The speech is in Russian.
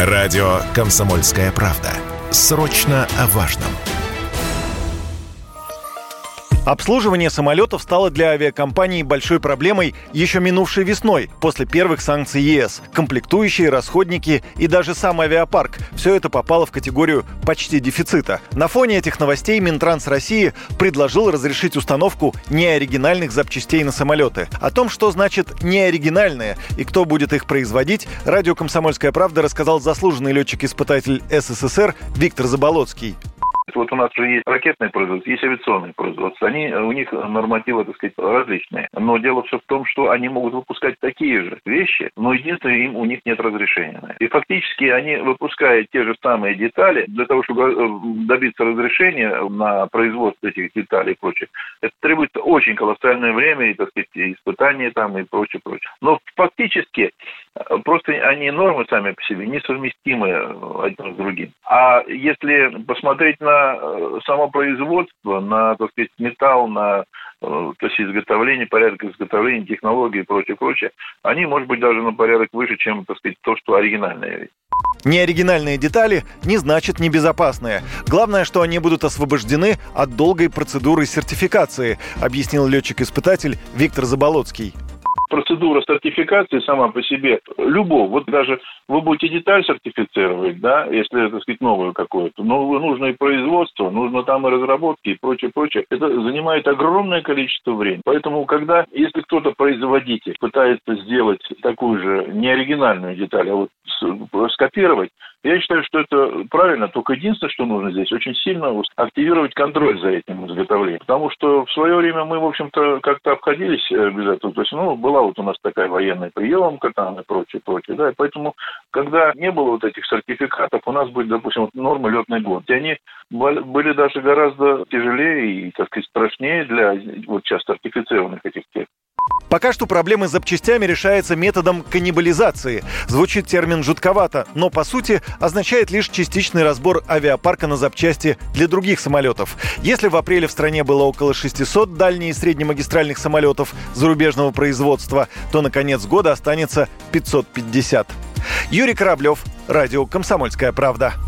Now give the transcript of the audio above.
Радио «Комсомольская правда». Срочно о важном. Обслуживание самолетов стало для авиакомпаний большой проблемой еще минувшей весной, после первых санкций ЕС. Комплектующие, расходники и даже сам авиапарк – все это попало в категорию почти дефицита. На фоне этих новостей Минтранс России предложил разрешить установку неоригинальных запчастей на самолеты. О том, что значит неоригинальные и кто будет их производить, радио «Комсомольская правда» рассказал заслуженный летчик-испытатель СССР Виктор Заболоцкий. Вот у нас же есть ракетное производство, есть авиационное производство. У них нормативы, так сказать, различные. Но дело все в том, что они могут выпускать такие же вещи, но единственное, у них нет разрешения. И фактически они, выпуская те же самые детали, для того, чтобы добиться разрешения на производство этих деталей и прочее, это требуется очень колоссальное время, и, так сказать, испытания там и прочее. Но фактически просто они нормы сами по себе несовместимы один с другим. А если посмотреть на само производство, на, так сказать, металл, на то есть изготовление, порядок изготовления, технологии и прочее, они, может быть, даже на порядок выше, чем, так сказать, то, что оригинальное. Неоригинальные детали не значит небезопасные. Главное, что они будут освобождены от долгой процедуры сертификации, объяснил летчик-испытатель Виктор Заболоцкий. Процедура сертификации сама по себе любого, вот даже вы будете деталь сертифицировать, да, если, так сказать, новую какую-то, но нужно и производство, нужно там и разработки и прочее. Это занимает огромное количество времени. Поэтому, если кто-то производитель пытается сделать такую же неоригинальную деталь, а вот скопировать, я считаю, что это правильно, только единственное, что нужно здесь, очень сильно активировать контроль за этим изготовлением. Потому что в свое время мы, в общем-то, как-то обходились без этого. То есть, была вот у нас такая военная приемка там и прочее, да, и поэтому, когда не было вот этих сертификатов, у нас были, допустим, нормы летной гонки. Они были даже гораздо тяжелее и, так сказать, страшнее для вот сейчас сертифицированных этих техник. Пока что проблемы с запчастями решается методом каннибализации. Звучит термин жутковато, но по сути означает лишь частичный разбор авиапарка на запчасти для других самолетов. Если в апреле в стране было около 600 дальне- и среднемагистральных самолетов зарубежного производства, то на конец года останется 550. Юрий Кораблев, радио «Комсомольская правда».